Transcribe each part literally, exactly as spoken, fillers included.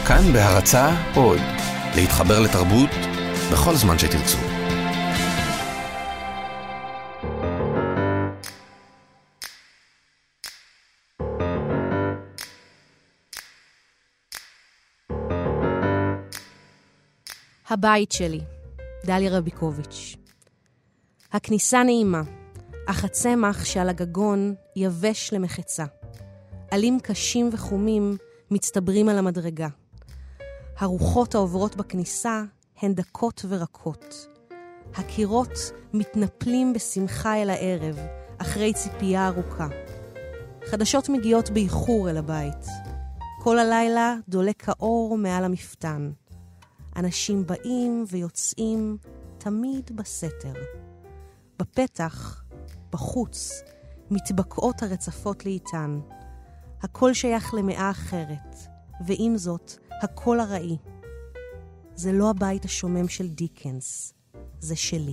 כאן בהרצאה עוד, להתחבר לתרבות בכל זמן שתרצו. הבית שלי, דליה רביקוביץ'. הכניסה נעימה, אך הצמח שעל הגגון יבש למחצה. עלים קשים וחומים מצטברים על המדרגה. הרוחות העוברות בכניסה הן דקות ורקות. הקירות מתנפלים בשמחה אל הערב, אחרי ציפייה ארוכה. חדשות מגיעות באיחור אל הבית. כל הלילה דולק האור מעל המפתן. אנשים באים ויוצאים תמיד בסתר. בפתח, בחוץ, מתבקעות הרצפות לאיתן. הכל שייך למאה אחרת, ועם זאת, הכל הראי. זה לא הבית השומם של דיקנס, זה שלי.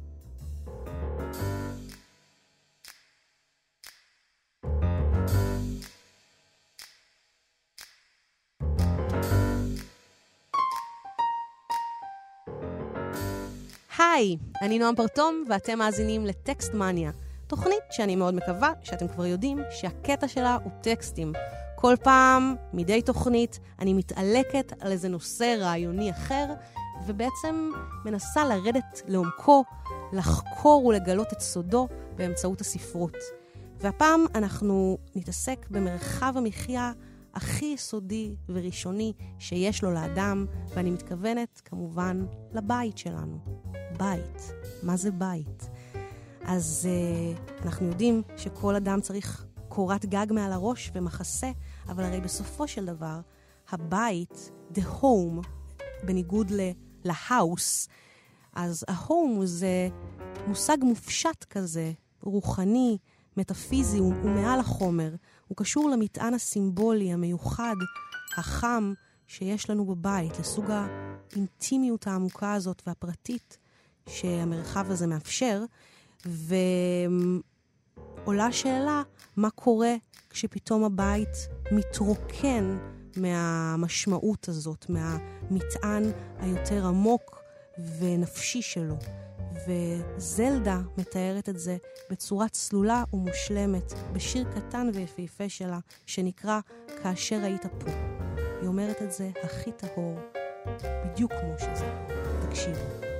היי, אני נועם פרטום ואתם מאזינים לטקסט מניה, תוכנית שאני מאוד מקווה שאתם כבר יודעים שהקטע שלה הוא טקסטים. כל פעם, מדי תוכנית, אני מתעלקת על איזה נושא רעיוני אחר, ובעצם מנסה לרדת לעומקו, לחקור ולגלות את סודו באמצעות הספרות. והפעם אנחנו נתעסק במרחב המחיה הכי יסודי וראשוני שיש לו לאדם, ואני מתכוונת כמובן לבית שלנו. בית. מה זה בית? אז uh, אנחנו יודעים שכל אדם צריך קורת גג מעל הראש ומחסה, אבל הרי בסופו של דבר, הבית, the home, בניגוד ל-house, אז ה-home זה מושג מופשט כזה, רוחני, מטאפיזי, הוא, הוא מעל החומר. הוא קשור למטען הסימבולי, המיוחד, החם שיש לנו בבית, לסוג האינטימיות העמוקה הזאת והפרטית שהמרחב הזה מאפשר, ועולה שאלה, מה קורה כשפתאום הבית מתרוקן מהמשמעות הזאת, מהמטען היותר עמוק ונפשי שלו. וזלדה מתארת את זה בצורה צלולה ומושלמת, בשיר קטן ויפהפה שלה, שנקרא כאשר היית פה. היא אומרת את זה הכי טהור, בדיוק כמו שזה. תקשיבו.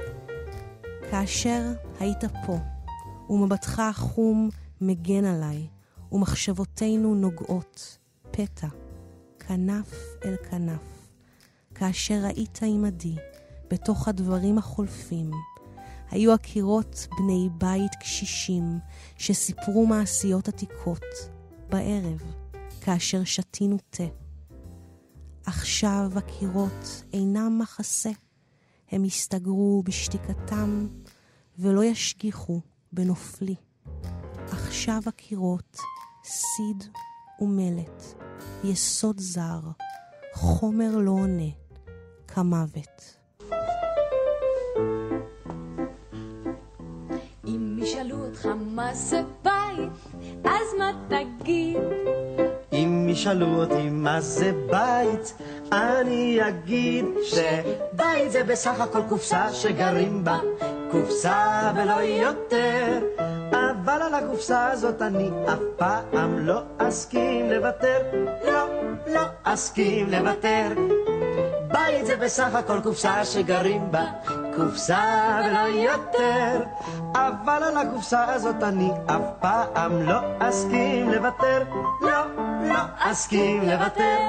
כאשר היית פה, ומבטך החום מגן עליי, ומחשבותינו נוגעות, פתע, כנף אל כנף. כאשר היית עמדי, בתוך הדברים החולפים, היו הקירות בני בית קשישים, שסיפרו מעשיות עתיקות, בערב, כאשר שתינו תה. עכשיו הקירות אינם מחסה, הם הסתגרו בשתיקתם, ולא ישגיחו בנופלי. עכשיו הקירות, סיד ומלט, יסוד זר, חומר לא עונה, כמוות. אם ישאלו אותך מה זה בית, אז מה תגיד? אם ישאלו אותי מה זה בית, אני אגיד שבית זה בסך הכל קופסה שגרים בה, קופסה ולא יותר. אבל על הקופסה הזאת אני אף פעם לא אסכים לוותר, לא, לא אסכים לוותר. בית זה בסך הכל קופסה שגרים בה, קופסה ולא יותר. אבל על הקופסה הזאת אני אף פעם לא אסכים לוותר, לא, לא אסכים לוותר.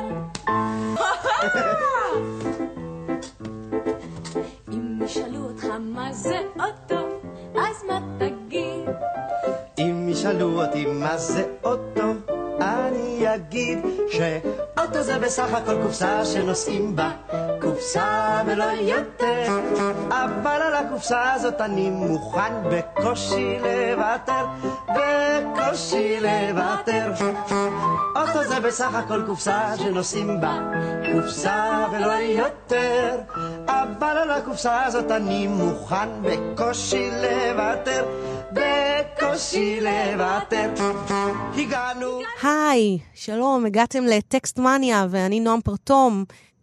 אם ישאלו אותך מה זה אוטו, אז מה תגיד? אם ישאלו אותי מה זה אוטו, אני אגיד שאוטו זה בסך הכל קופסה שנוסעים בה, קופסה ולא יותר. אבל על הקופסה הזאת אני מוכן בקושי לוותר, בקושי לוותר. אוטו זה בסך הכל קופסה שנוסעים בה, קופסה ולא יותר. אבל על הקופסה הזאת אני מוכן בקושי לוותר, בקושי לוותר. הגענו. היי, שלום, הגעתם לטקסט מניה ואני נועם פרטום.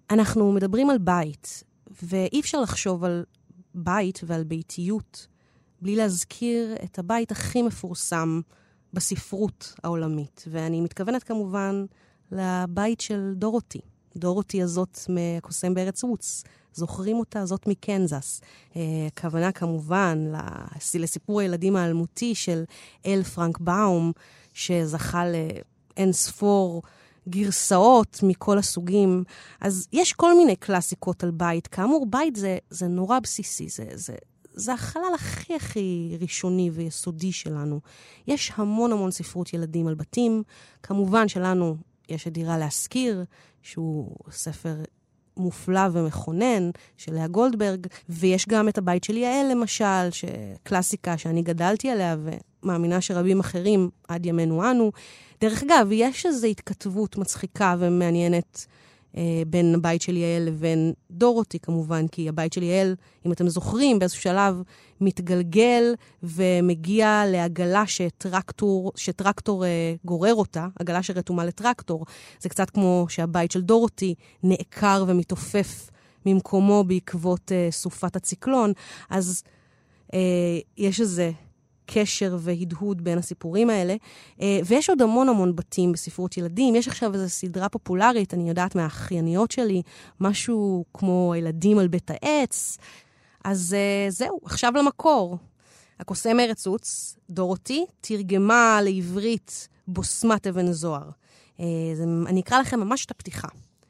אנחנו מדברים על בית, ואי אפשר לחשוב על בית ועל ביתיות בלי להזכיר את הבית הכי מפורסם בספרות העולמית. ואני מתכוונת כמובן לבית של דורותי. דורותי הזאת מהקוסם בארץ רוץ. זוכרים אותה? זאת מקנזס. הכוונה כמובן לסיפור הילדים האלמותי של אל פרנק באום, שזכה לאין ספור גרסאות מכל הסוגים. אז יש כל מיני קלאסיקות על בית. כאמור, בית זה, זה נורא בסיסי. זה, זה, זה החלל הכי הכי ראשוני ויסודי שלנו. יש המון המון ספרות ילדים על בתים. כמובן שלנו יש את דירה להזכיר, שהוא ספר מופלא ומכונן של לאה גולדברג, ויש גם את הבית של יעל למשל, שקלאסיקה שאני גדלתי עליה ומאמינה שרבים אחרים עד ימינו אנו. דרך אגב, יש איזו התכתבות מצחיקה ומעניינת אה, בין הבית של יעל לבין דורותי כמובן, כי הבית של יעל, אם אתם זוכרים, באיזשהו שלב מתגלגל ומגיע לעגלה שטרקטור, שטרקטור אה, גורר אותה, עגלה שרתומה לטרקטור. זה קצת כמו שהבית של דורותי נעקר ומתעופף ממקומו בעקבות אה, סופת הציקלון. אז אה, יש איזה קשר והדהוד בין הסיפורים האלה. ויש עוד המון המון בתים בספרות ילדים. יש עכשיו איזו סדרה פופולרית, אני יודעת מהאחייניות שלי, משהו כמו הילדים על בית העץ. אז זהו, עכשיו למקור. הקוסם ארץ רוץ, דורותי, תרגמה לעברית בוסמת אבן זוהר. אני אקרא לכם ממש את הפתיחה.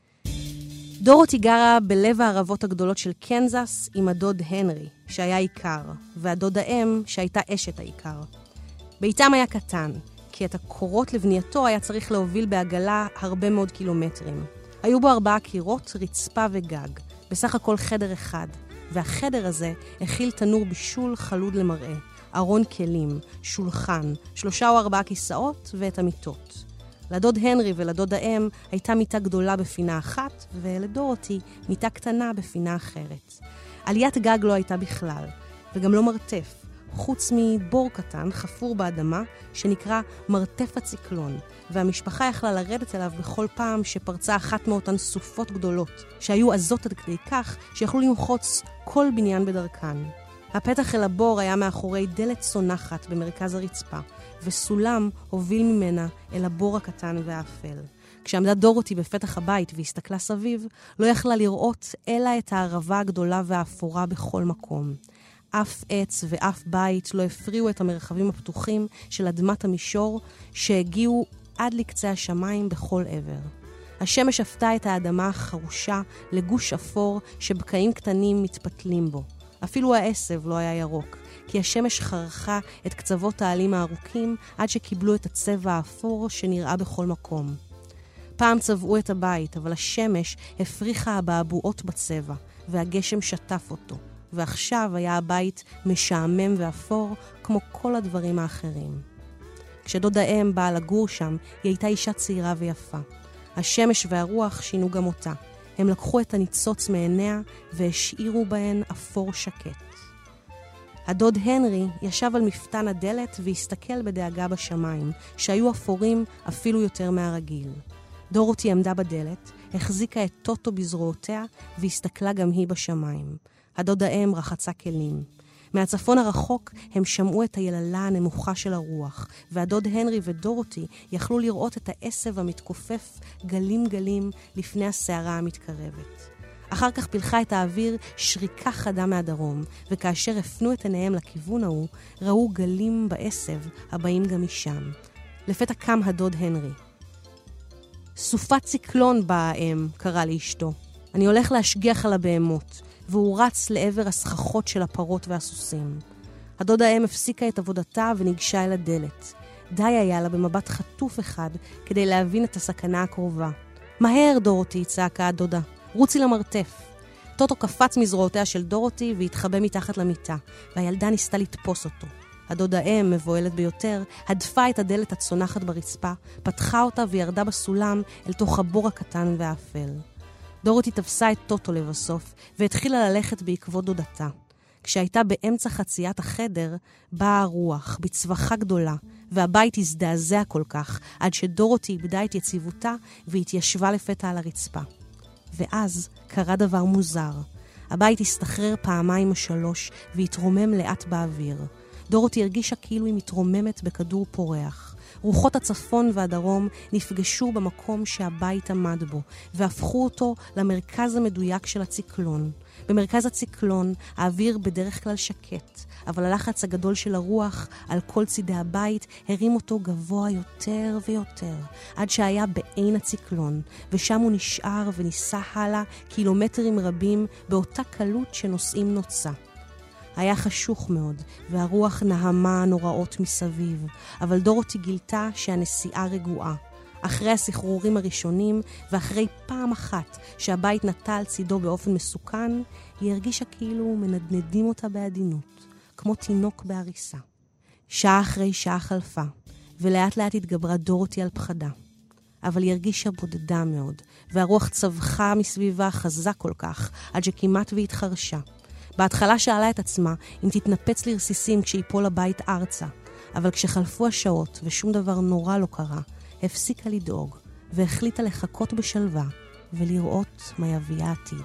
דורותי גרה בלב הערבות הגדולות של קנזס עם הדוד הנרי, שהיה עיקר, והדוד האם שהייתה אשת העיקר. ביתם היה קטן, כי את הקורות לבנייתו היה צריך להוביל בעגלה הרבה מאוד קילומטרים. היו בו ארבעה קירות, רצפה וגג, בסך הכל חדר אחד, והחדר הזה הכיל תנור בישול חלוד למראה, ארון כלים, שולחן, שלושה או ארבעה כיסאות ואת המיטות. לדוד הנרי ולדוד האם הייתה מיטה גדולה בפינה אחת, ולדורותי מיטה קטנה בפינה אחרת. עליית גג לא הייתה בכלל, וגם לא מרתף, חוץ מבור קטן חפור באדמה, שנקרא מרתף הציקלון, והמשפחה יכלה לרדת אליו בכל פעם שפרצה אחת מאותן סופות גדולות, שהיו עזות עד כדי כך שיכלו למחוץ כל בניין בדרכן. הפתח אל הבור היה מאחורי דלת צונחת במרכז הרצפה, וסולם הוביל ממנה אל הבור הקטן והאפל. כשעמדה דורותי בפתח הבית והסתכלה סביב, לא יכלה לראות אלא את הערבה הגדולה והאפורה בכל מקום. אף עץ ואף בית לא הפריעו את המרחבים הפתוחים של אדמת המישור שהגיעו עד לקצה השמיים בכל עבר. השמש הפתה את האדמה החרושה לגוש אפור שבקעים קטנים מתפתלים בו. אפילו העשב לא היה ירוק, כי השמש חרכה את קצוות העלים הארוכים עד שקיבלו את הצבע האפור שנראה בכל מקום. פעם צבעו את הבית, אבל השמש הפריחה הבעבועות בצבע, והגשם שטף אותו, ועכשיו היה הבית משעמם ואפור כמו כל הדברים האחרים. כשדוד האם באה לגור שם, היא הייתה אישה צעירה ויפה. השמש והרוח שינו גם אותה. הם לקחו את הניצוץ מעיניה והשאירו בהן אפור שקט. הדוד הנרי ישב על מפתן הדלת והסתכל בדאגה בשמיים, שהיו אפורים אפילו יותר מהרגיל. דורותי עמדה בדלת, החזיקה את טוטו בזרועותיה והסתכלה גם היא בשמיים. הדוד האם רחצה כלים. מהצפון הרחוק הם שמעו את היללה הנמוכה של הרוח, והדוד הנרי ודורותי יכלו לראות את העשב המתכופף גלים גלים לפני הסערה המתקרבת. אחר כך פילחה את האוויר שריקה חדה מהדרום, וכאשר הפנו את עיניהם לכיוון ההוא, ראו גלים בעשב הבאים גם משם. לפתע קם הדוד הנרי. סופת ציקלון באה האם, קרא לאשתו. אני הולך להשגיח על הבהמות. והוא רץ לעבר הסככות של הפרות והסוסים. הדוד האם הפסיקה את עבודתה וניגשה אל הדלת. די היה לה במבט חטוף אחד כדי להבין את הסכנה הקרובה. מהר, דורותי, צעקה הדודה. רוצי למרתף. טוטו קפץ מזרועותיה של דורותי והתחבא מתחת למיטה, והילדה ניסתה לתפוס אותו. הדוד האם, מבועלת ביותר, הדפה את הדלת הצונחת ברצפה, פתחה אותה וירדה בסולם אל תוך הבור הקטן והאפל. דורותי תפסה את טוטו לבסוף, והתחילה ללכת בעקבות דודתה. כשהייתה באמצע חציית החדר, באה הרוח, בצווחה גדולה, והבית הזדעזע כל כך, עד שדורותי איבדה את יציבותה, והתיישבה לפתע על הרצפה. ואז קרה דבר מוזר. הבית הסתחרר פעמיים או שלוש והתרומם לאט באוויר. דורותי הרגישה כאילו היא מתרוממת בכדור פורח. רוחות הצפון והדרום נפגשו במקום שהבית עמד בו, והפכו אותו למרכז המדויק של הציקלון. במרכז הציקלון האוויר בדרך כלל שקט, אבל הלחץ הגדול של הרוח על כל צידי הבית הרים אותו גבוה יותר ויותר, עד שהיה בעין הציקלון, ושם הוא נשאר וניסה הלאה קילומטרים רבים באותה קלות שנוסעים נוצה. היה חשוך מאוד, והרוח נהמה נוראות מסביב, אבל דורותי גילתה שהנסיעה רגועה. אחרי הסחרורים הראשונים, ואחרי פעם אחת שהבית נטה על צידו באופן מסוכן, היא הרגישה כאילו מנדנדים אותה בעדינות, כמו תינוק בהריסה. שעה אחרי שעה חלפה, ולאט לאט התגברה דורותי על פחדה. אבל היא הרגישה בודדה מאוד, והרוח צווחה מסביבה חזק כל כך, עד שכמעט והתחרשה. בהתחלה שאלה את עצמה אם תתנפץ לרסיסים כשיפול הבית ארצה, אבל כשחלפו השעות ושום דבר נורא לא קרה, הפסיקה לדאוג והחליטה לחכות בשלווה ולראות מה יביא העתיד.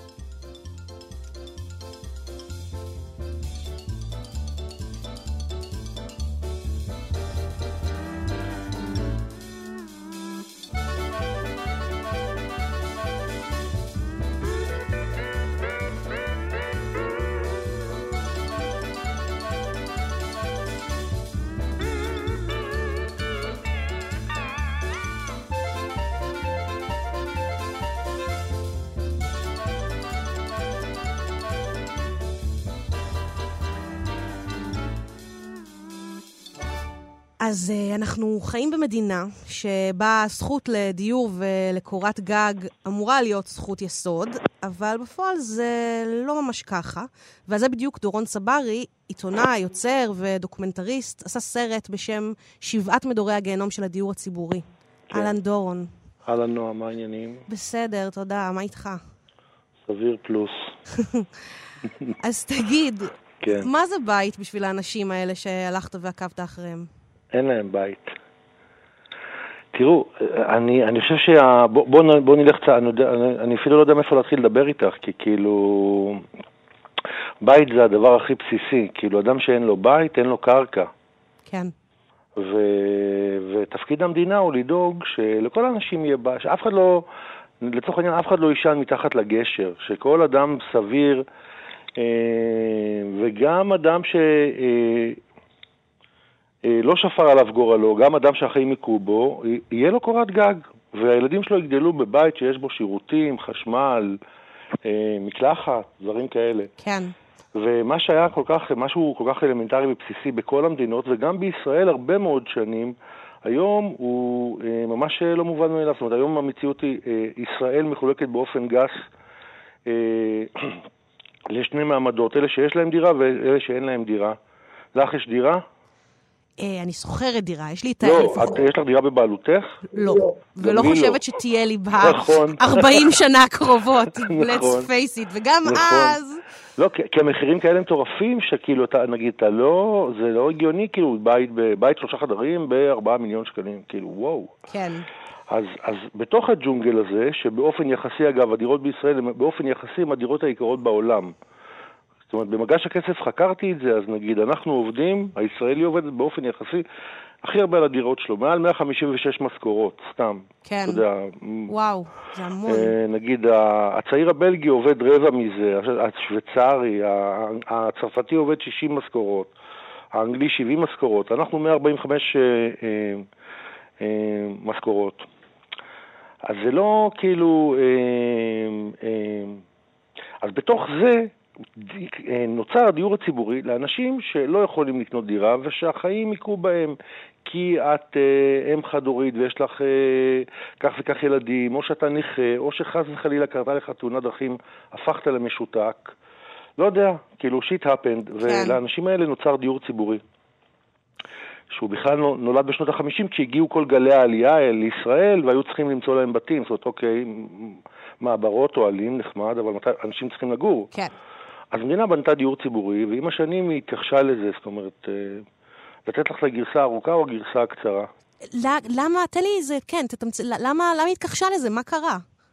אז uh, אנחנו חיים במדינה שבה הזכות לדיור ולקורת גג אמורה להיות זכות יסוד, אבל בפועל זה לא ממש ככה. ועל זה בדיוק דורון צברי, עיתונאי, יוצר ודוקומנטריסט, עשה סרט בשם שבעת מדורי הגיהנום של הדיור הציבורי. כן. אהלן דורון. אהלן נועה, מה העניינים? בסדר, תודה. מה איתך? סביר פלוס. אז תגיד, כן. מה זה בית בשביל האנשים האלה שהלכת ועקבת אחריהם? אין להם בית. תראו, אני, אני חושב שה... בוא, בוא, בוא נלך צע... אני, אני אפילו לא יודע מאיפה להתחיל לדבר איתך, כי כאילו... בית זה הדבר הכי בסיסי. כאילו, אדם שאין לו בית, אין לו קרקע. כן. ו... ותפקיד המדינה הוא לדאוג שלכל האנשים יהיה בית, שאף אחד לא... לצורך העניין, אף אחד לא יישן מתחת לגשר. שכל אדם סביר, וגם אדם ש... לא שפר עליו גורלו, גם אדם שהחיים יקרו בו, יהיה לו קורת גג, והילדים שלו יגדלו בבית שיש בו שירותים, חשמל, מקלחת, דברים כאלה. כן. ומה שהיה כל כך, משהו כל כך אלמנטרי ובסיסי בכל המדינות, וגם בישראל הרבה מאוד שנים, היום הוא ממש לא מובן מאליו. זאת אומרת, היום המציאות היא, ישראל מחולקת באופן גס לשני מעמדות, אלה שיש להם דירה ואלה שאין להם דירה. לך יש דירה? אני סוחרת דירה, יש לי את... לא, יש לך דירה בבעלותך? לא, ולא חושבת שתהיה לי בה ארבעים שנה קרובות, let's face it, וגם אז... לא, כי המחירים כאלה מטורפים, שכאילו, נגיד, זה לא הגיוני, כאילו, בית שלושה חדרים בארבעה מיליון שקלים, כאילו, וואו. כן. אז, אז בתוך הג'ונגל הזה, שבאופן יחסי, אגב, הדירות בישראל, באופן יחסי, הם הדירות העיקרות בעולם. זאת אומרת, במגש הכסף חקרתי את זה, אז נגיד, אנחנו עובדים, הישראלי עובד באופן יחסי, הכי הרבה על הדירות שלו, מעל מאה חמישים ושש משכורות, סתם. כן. אתה יודע, וואו, זה המון. נגיד, הצעיר הבלגי עובד רבע מזה, השוויצרי, הצרפתי עובד שישים משכורות, האנגלי שבעים משכורות, אנחנו מאה ארבעים וחמש משכורות. אז זה לא כאילו... אז בתוך זה, נוצר הדיור הציבורי לאנשים שלא יכולים לקנות דירה ושהחיים יקרו בהם, כי את אם חד-הורית ויש לך כך וכך ילדים, או שאתה נכה, או שחס וחלילה קרתה לך תאונת דרכים, הפכת למשותק. לא יודע, כאילו שיט הפנד, ולאנשים האלה נוצר דיור ציבורי. שהוא בכלל נולד בשנות החמישים, כשהגיעו כל גלי העלייה לישראל, והיו צריכים למצוא להם בתים. זאת אומרת, אוקיי, מעברות או עלים נחמד, אבל אנשים צריכים לגור. כן. אז המדינה בנתה דיור ציבורי, ועם השנים היא התכחשה לזה, זאת אומרת, לתת לך את הגרסה הארוכה או הגרסה הקצרה. למה, תן לי איזה, כן, למה, למה התכחשה לזה? מה קרה?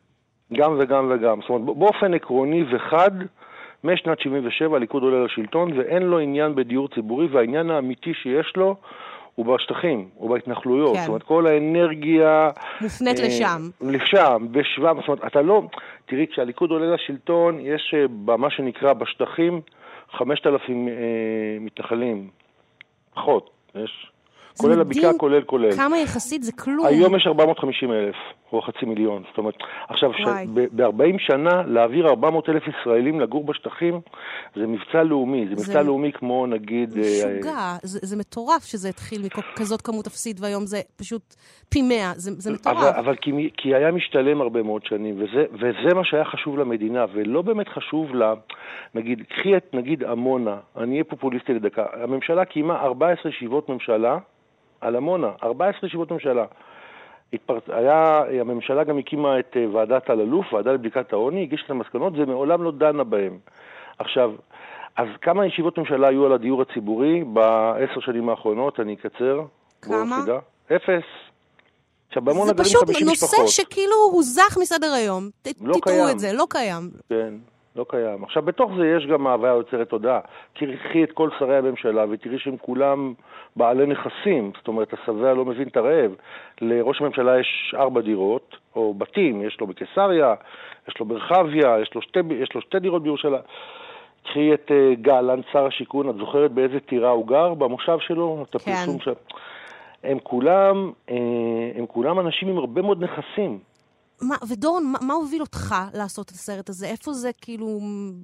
גם וגם וגם. זאת אומרת, באופן עקרוני וחד, משנת שבעים ושבע הליכוד עולה לשלטון, ואין לו עניין בדיור ציבורי, והעניין האמיתי שיש לו הוא בשטחים, הוא בהתנחלויות. כן. זאת אומרת, כל האנרגיה... מופנית אה, לשם. לשם, בשבע, זאת אומרת, אתה לא... תראי, כשהליכוד עולה לשלטון, יש במה שנקרא בשטחים, חמשת אלפים אה, מתנחלים. פחות, יש... כולל הבקעה, כולל, כולל. כמה יחסית זה כלום. היום יש ארבע מאות וחמישים אלף, או חצי מיליון. זאת אומרת, עכשיו, ב-ארבעים שנה, להעביר ארבע מאות אלף ישראלים לגור בשטחים, זה מבצע לאומי. זה מבצע לאומי כמו, נגיד... משוגע. זה מטורף שזה התחיל מכזאת כמות אפסית, והיום זה פשוט פי מאה. זה מטורף. אבל כי היה משתלם הרבה מאוד שנים, וזה מה שהיה חשוב למדינה, ולא באמת חשוב לה, נגיד, קחי את, נגיד, עמונה, אני אהיה פופוליסטי לדקה. הממשלה קיימה ארבע עשרה ישיבות ממשלה, על עמונה, ארבע עשרה ישיבות ממשלה. התפרצ... היה, הממשלה גם הקימה את ועדת אלאלוף, ועדה לבדיקת העוני, הגישה את המסקנות, זה מעולם לא דנה בהם. עכשיו, אז כמה ישיבות ממשלה היו על הדיור הציבורי בעשר שנים האחרונות, אני אקצר. כמה? אפס. עכשיו, בעמונה זה פשוט נושא שכאילו הוזח מסדר היום. לא תתראו קיים. את זה, לא קיים. כן. לא קיים. עכשיו, בתוך זה יש גם ההוויה יוצרת תודעה. קחי את כל שרי הממשלה ותראי שהם כולם בעלי נכסים. זאת אומרת, השבע לא מבין את הרעב. לראש הממשלה יש ארבע דירות, או בתים. יש לו בקיסריה, יש לו ברחביה, יש לו שתי, יש לו שתי דירות בירושלים. קחי את uh, גלנט, שר השיכון, את זוכרת באיזה טירה הוא גר? במושב שלו? את הפרסום של... הם כולם, הם כולם אנשים עם הרבה מאוד נכסים. מה, ודורון, מה, מה הוביל אותך לעשות את הסרט הזה? איפה זה כאילו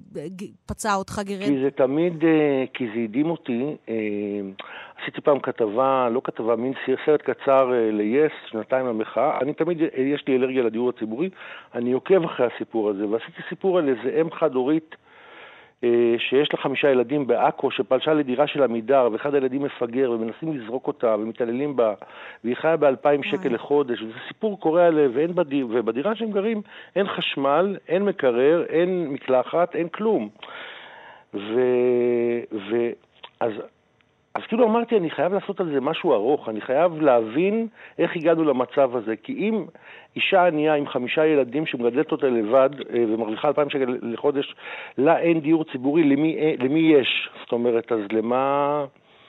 פצע אותך גרד? כי זה תמיד, כי זה הדהים אותי. עשיתי פעם כתבה, לא כתבה, מין סרט קצר ליס, שנתיים למחאה. אני תמיד, יש לי אלרגיה לדיור הציבורי, אני עוקב אחרי הסיפור הזה, ועשיתי סיפור על איזה אם חד-הורית, שיש לה חמישה ילדים בעכו, שפלשה לדירה של עמידר, ואחד הילדים מפגר, ומנסים לזרוק אותה, ומתעללים בה, והיא חיה באלפיים שקל לחודש, וזה סיפור קורע לב, ואין בדיר, ובדירה שהם גרים אין חשמל, אין מקרר, אין מקלחת, אין כלום. ו... ו... אז... אז כאילו אמרתי, אני חייב לעשות על זה משהו ארוך, אני חייב להבין איך הגענו למצב הזה, כי אם אישה ענייה עם חמישה ילדים שמגדלת אותה לבד ומרוויחה אלפיים שקל לחודש, לה אין דיור ציבורי, למי, למי יש? זאת אומרת, אז למה...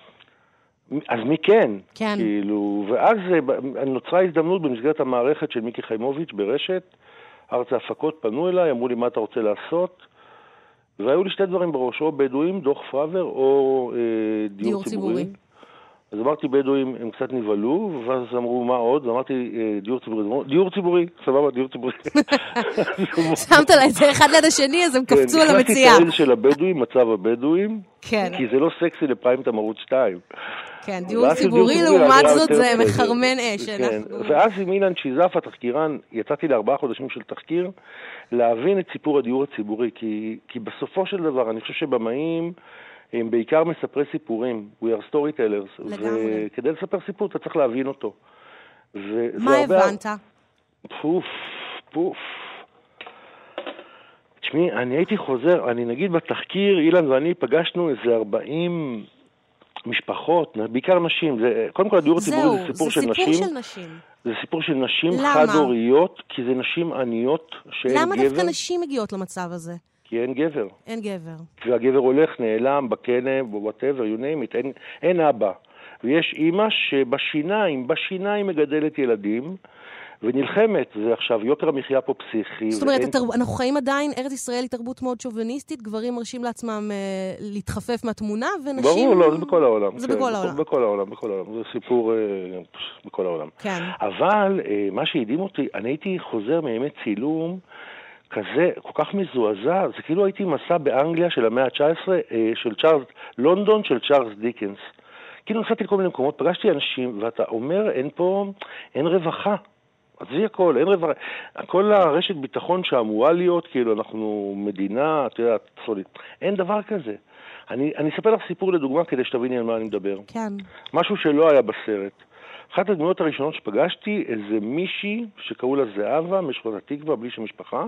אז מי כן? כן. כאילו, ואז נוצרה הזדמנות במסגרת המערכת של מיקי חיימוביץ' ברשת, ארץ ההפקות פנו אליי, אמרו לי מה אתה רוצה לעשות, והיו לי שתי דברים בראש, או בדואים, דוח פראבר, או אה, דיור, דיור ציבורי. ציבורי. אז אמרתי בדואים, הם קצת נבלו, ואז אמרו מה עוד, ואמרתי אה, דיור ציבורי. דיור ציבורי, סבבה, דיור ציבורי. שמת לה את זה אחד ליד השני, אז הם קפצו על המציאה. נכנסתי את האל של הבדואים, מצב הבדואים, כן. כי זה לא סקסי לפריים את ערוץ שתיים. כן, דיור ציבורי לעומת זאת זה מחרמן אש. כן. ואז עם אילן שיזף, התחקירן, יצאתי לארבעה חודשים של תחקיר, להבין את סיפור הדיור הציבורי, כי, כי בסופו של דבר, אני חושב שבמאים הם בעיקר מספרי סיפורים, we are storytellers, לגמרי. וכדי לספר סיפור אתה צריך להבין אותו. מה הבנת? פוף, פוף. תשמעי, אני הייתי חוזר, אני נגיד בתחקיר, אילן ואני פגשנו איזה ארבעים משפחות, בעיקר נשים. זה, קודם כל הדיור הציבורי זה סיפור זה של סיפור נשים. של נשים. זה סיפור של נשים למה? חד-הוריות, כי זה נשים עניות שאין למה גבר. דווקא נשים מגיעות למצב הזה? כי אין גבר. אין גבר. והגבר הולך, נעלם, בקנה, whatever, you name it, אין, אין אבא. ויש אימא שבשיניים, בשיניים מגדלת ילדים, ונלחמת, ועכשיו יוקר המחיה פה פסיכי. זאת אומרת, התרב... אנחנו חיים עדיין, ארץ ישראל היא תרבות מאוד שוביניסטית, גברים מרשים לעצמם אה, להתחפף מהתמונה, ונשים... ברור, לא, זה בכל העולם. זה כן, בכל העולם. בכל העולם, בכל העולם. זה סיפור אה, בכל העולם. כן. אבל אה, מה שהדהים אותי, אני הייתי חוזר מימי צילום, כזה, כל כך מזועזע, זה כאילו הייתי מסע באנגליה של המאה ה-תשע עשרה, אה, של צ'ארלס, לונדון של צ'ארלס דיקנס. כאילו נסעתי לכל מיני מקומות, פגשתי אנשים, ואתה אומר, אין פה, אין רווחה. אז זה הכל, אין רווחה. כל הרשת ביטחון שאמורה להיות, כאילו אנחנו מדינה, אתה יודע, סולית. אין דבר כזה. אני, אני אספר לך סיפור לדוגמה כדי שתביני על מה אני מדבר. כן. משהו שלא היה בסרט. אחת הדמויות הראשונות שפגשתי, איזה מישהי שקראו לה זהבה, משכונת התקווה, בלי שם משפחה,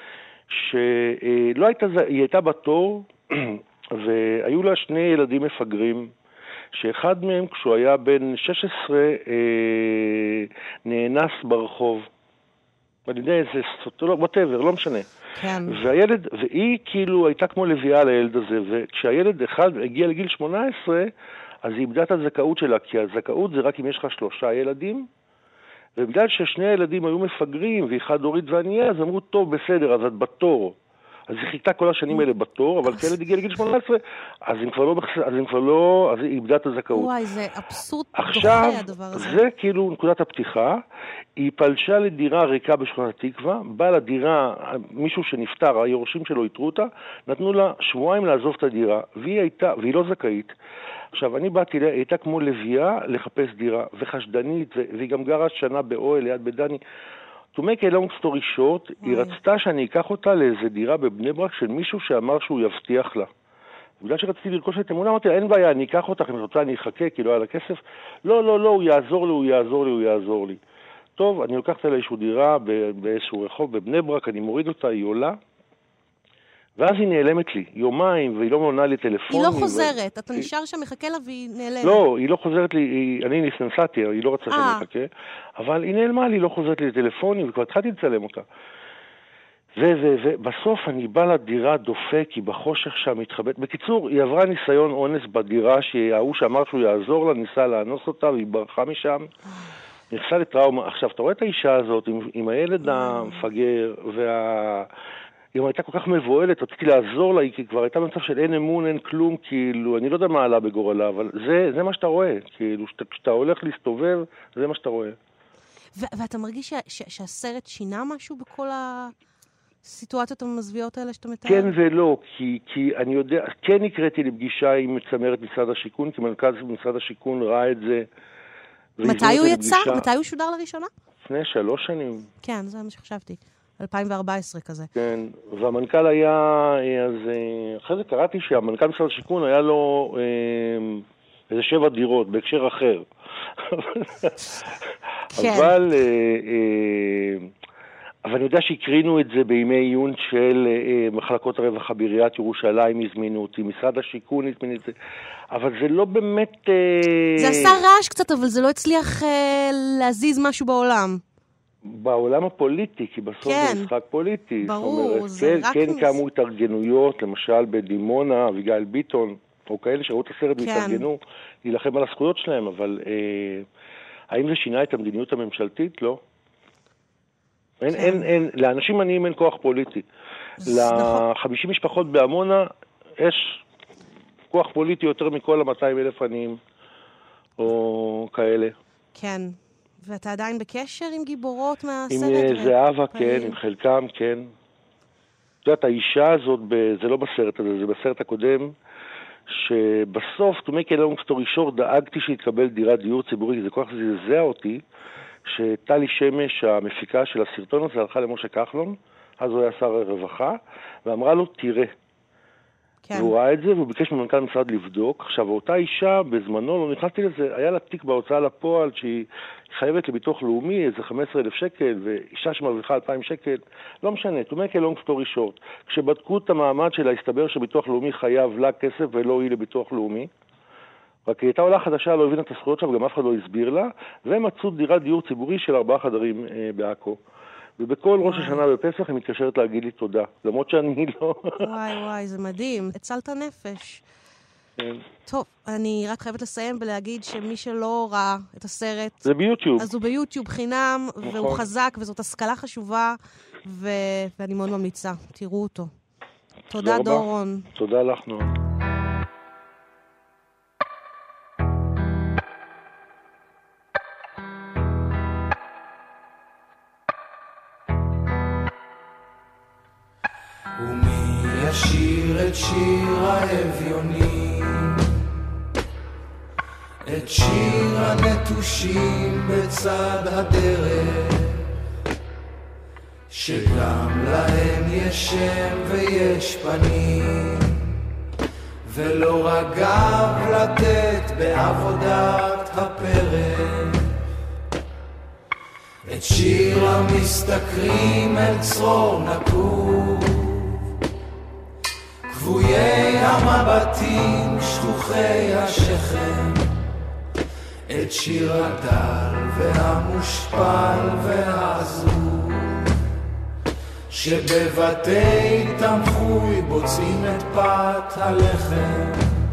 שלא הייתה, היא הייתה בתור, והיו לה שני ילדים מפגרים, שאחד מהם, כשהוא היה בן שש עשרה, אה, נאנס ברחוב. אני יודע איזה סוטולוג, whatever, לא משנה. כן. והילד, והיא כאילו הייתה כמו לביאה לילד הזה, וכשהילד אחד הגיע לגיל שמונה עשרה, אז היא איבדה את הזכאות שלה, כי הזכאות זה רק אם יש לך שלושה ילדים, ובגלל ששני הילדים היו מפגרים, והיא חד הורית וענייה, אז אמרו, טוב, בסדר, אז את בתור. אז היא חיכתה כל השנים האלה בתור, אבל כשילד הגיע לגיל שמונה עשרה, אז היא כבר לא, אז היא כבר לא, אז היא איבדה את הזכאות. וואי, זה אבסורד עכשיו, דוחה הדבר הזה. זה כאילו נקודת הפתיחה, היא פלשה לדירה ריקה בשכונת התקווה, באה לדירה, מישהו שנפטר, היורשים שלו יתרו אותה, נתנו לה שבועיים לעזוב את הדירה, והיא הייתה, והיא לא זכאית. עכשיו, אני באתי, היא הייתה כמו לביאה לחפש דירה, וחשדנית, והיא גם גרה שנה באוהל ליד בדני. To make a long story short, היא רצתה שאני אקח אותה לאיזה דירה בבני ברק של מישהו שאמר שהוא יבטיח לה. בגלל שרציתי לרכוש את אמונה, אמרתי, אין בעיה, אני אקח אותך, אם את רוצה אני אחכה, כי לא היה לה כסף. לא, לא, לא, הוא יעזור לי, הוא יעזור לי, הוא יעזור לי. טוב, אני לוקחת לה איזשהו דירה באיזשהו רחוב בבני ברק, אני מוריד אותה, היא עולה, ואז היא נעלמת לי, יומיים, והיא לא עונה לי טלפונים. היא לא חוזרת, אתה נשאר שם, מחכה לה והיא נעלמת. לא, היא לא חוזרת לי, אני נסנסתי, היא לא רצה שאני מחכה, אבל היא נעלמה לי, לא חוזרת לי לטלפונים, וכבר התחלתי לצלם אותה. ובסוף אני בא לדירה דופק, היא בחושך שם מתחבאת. בקיצור, היא עברה ניסיון אונס בדירה, שההוא שאמר שהוא יעזור לה, ניסה לאנוס אותה, והיא ברחה משם. נכנסה לטראומה. עכשיו, אתה רואה את האישה הזאת, עם, עם הילד המפגר, וה... היא הייתה כל כך מבועלת, רציתי לעזור לה, כי כבר הייתה במצב של אין אמון, אין כלום, כאילו, אני לא יודע מה עלה בגורלה, אבל זה, זה מה שאתה רואה, כאילו, שאתה, כשאתה הולך להסתובב, זה מה שאתה רואה. ו- ואתה מרגיש ש- ש- שהסרט שינה משהו בכל הסיטואציות המזוויעות האלה שאתה מתאר? כן ולא, כי, כי אני יודע, כן הקראתי לפגישה עם צמרת משרד השיכון, כי מנכ"ל משרד השיכון ראה את זה. מתי הוא יצא? לפגישה... מתי הוא שודר לראשונה? לפני שלוש שנים. כן, זה מה שחשבתי. אלפיים וארבע עשרה כזה. כן, והמנכ"ל היה, אז אחרי זה קראתי שהמנכ"ל משרד השיכון היה לו אה, איזה שבע דירות בהקשר אחר. כן. אבל, אה, אה, אבל אני יודע שהקרינו את זה בימי עיון של אה, מחלקות הרווחה בעיריית ירושלים, הזמינו אותי, משרד השיכון הזמינו את זה, אבל זה לא באמת... אה... זה עשה רעש קצת, אבל זה לא הצליח אה, להזיז משהו בעולם. בעולם הפוליטי, כי בסוף כן, זה משחק פוליטי. ברור, אומרת, זה כן, רק... כן מס... קמו התארגנויות, למשל בדימונה, אביגיל ביטון, או כאלה שראו את הסרט כן. והתארגנו להילחם על הזכויות שלהם, אבל אה, האם זה שינה את המדיניות הממשלתית? לא. אין, כן. אין, אין, לאנשים עניים אין כוח פוליטי. ל-חמישים משפחות בעמונה יש כוח פוליטי יותר מכל ה-מאתיים אלף עניים, או כאלה. כן. ואתה עדיין בקשר עם גיבורות מהסרט? עם זהבה, כן, עם חלקם, כן. אתה יודעת, האישה הזאת, זה לא בסרט הזה, זה בסרט הקודם, שבסוף, to make a long story short, דאגתי שהתקבל דירת דיור ציבורי, זה כל כך זעזע אותי, שטלי שמש, המפיקה של הסרטון הזה, הלכה למשה כחלון, אז הוא היה שר הרווחה, ואמרה לו, תראה. כן. והוא ראה את זה, והוא ביקש ממנכ"ל משרד לבדוק. עכשיו, אותה אישה, בזמנו, לא נכנסתי לזה, היה לה תיק בהוצאה לפועל, שהיא חייבת לביטוח לאומי, איזה חמישה עשר אלף שקל, ואישה שמרוויחה אלפיים שקל, לא משנה, to make a long story short. כשבדקו את המעמד שלה, הסתבר שביטוח לאומי חייב לה כסף, ולא היא לביטוח לאומי. רק היא הייתה עולה חדשה, לא הבינה את הזכויות שלה, וגם אף אחד לא הסביר לה, והם מצאו דירת דיור ציבורי של ארבעה חדרים אה, בעכו. ובכל ראש השנה בפסח היא מתקשרת להגיד לי תודה, למרות שאני לא... וואי וואי, זה מדהים, הצלת נפש. כן. טוב, אני רק חייבת לסיים ולהגיד שמי שלא ראה את הסרט... זה ביוטיוב. אז הוא ביוטיוב חינם, נכון. והוא חזק, וזאת השכלה חשובה, ו... ואני מאוד ממליצה, תראו אותו. תודה דורון. תודה לך נועם. ישיר את שיר האביונים, את שיר הנטושים בצד הדרך, שגם להם יש שם ויש פנים, ולא רק גב לתת בעבודת הפרק. את שיר המסתכרים אל צרור נקוב, כבויי המבטים שכוחי השכם, את שיר הדל והמושפל והעזוב. שבבתי תמחוי בוצעים את פת הלחם.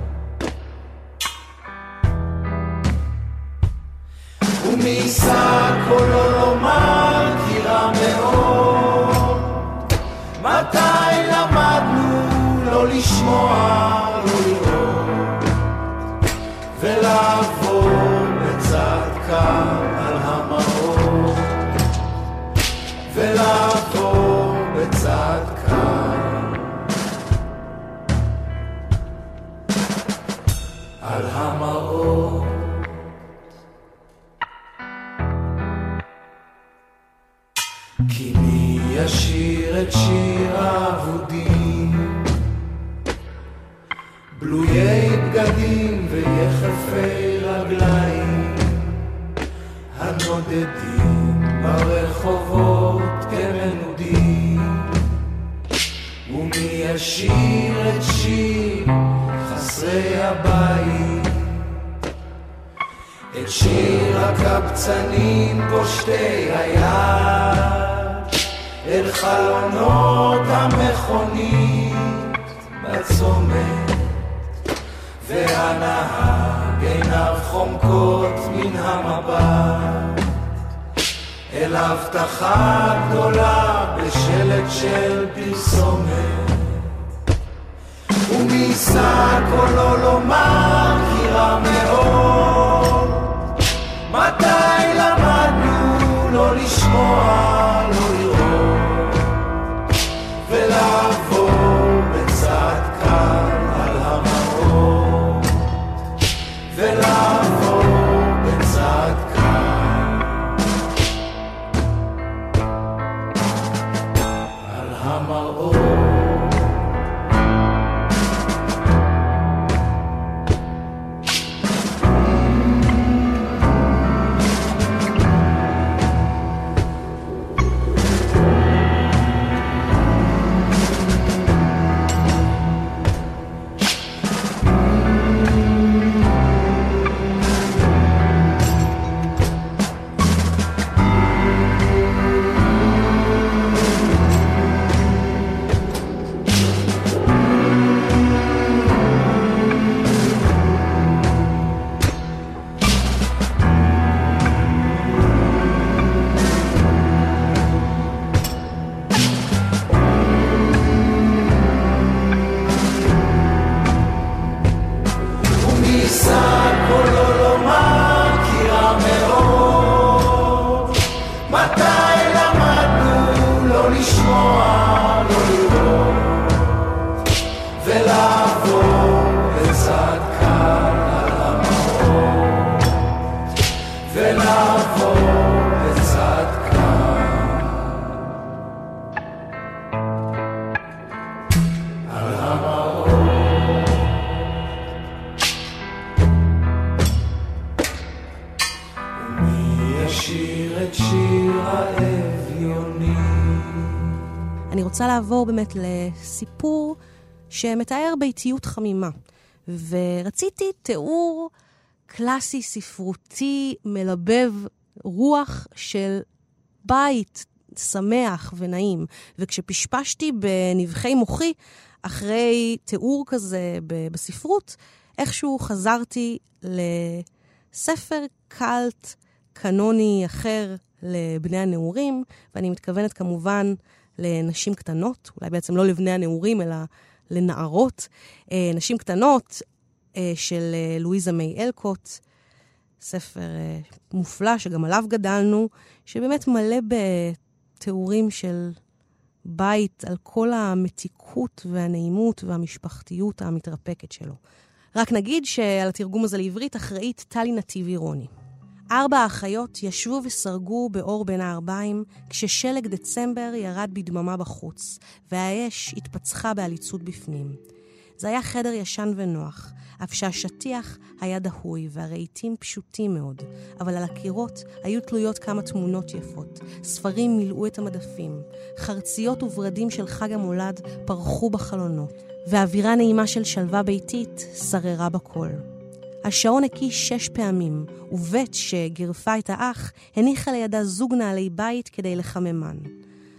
ומי יישא קולו לומר כי רע מאוד, מתי למדנו לא לשמוע, לא לראות, ולעבור בצד קר על המראות, ולעבור בצד קר על המראות. כי מי ישיר את שיר האבודים, בלויי בגדים ויחפי רגליים, הנודדים ברחובות כמנודים. ומי ישיר את שיר חסרי הבית, את שיר הקבצנים פושטי היד, אל חלונות המכונית בצומת, והנהג עיניו חומקות מן המבט, אל הבטחה גדולה בשלט של פרסומת. ומי יישא קולו לומר כי רע מאוד, מתי למדנו לא לשמוע, לא לראות, ולעבור בצד קר על המראות, ולעבור בצד קר על המראות. אני רוצה לעבור באמת לסיפור שמתאר ביתיות חמימה, ורציתי תיאור קלאסי ספרותי מלבב רוח של בית שמח ונעים. וכשפשפשתי בנבחי מוחי אחרי תיאור כזה בספרות, איכשהו חזרתי לספר קלט קנוני אחר לבני הנעורים, ואני מתכוונת כמובן לנשים קטנות, אולי בעצם לא לבני הנעורים, אלא לנערות, נשים קטנות של לואיזה מיי אלקוט, ספר מופלא שגם עליו גדלנו, שבאמת מלא בתיאורים של בית על כל המתיקות והנעימות והמשפחתיות המתרפקת שלו. רק נגיד שעל התרגום הזה לעברית אחראית טלי נתיבי רוני. ארבע האחיות ישבו וסרגו באור בין הארבעים, כששלג דצמבר ירד בדממה בחוץ, והאש התפצחה בעליצות בפנים. זה היה חדר ישן ונוח, אף שהשטיח היה דהוי והרהיטים פשוטים מאוד, אבל על הקירות היו תלויות כמה תמונות יפות, ספרים מילאו את המדפים, חרציות וברדים של חג המולד פרחו בחלונות, והאווירה נעימה של שלווה ביתית שררה בכל. השעון הקיש שש פעמים, ובית שגרפה את האח הניחה לידה זוג נעלי בית כדי לחממן.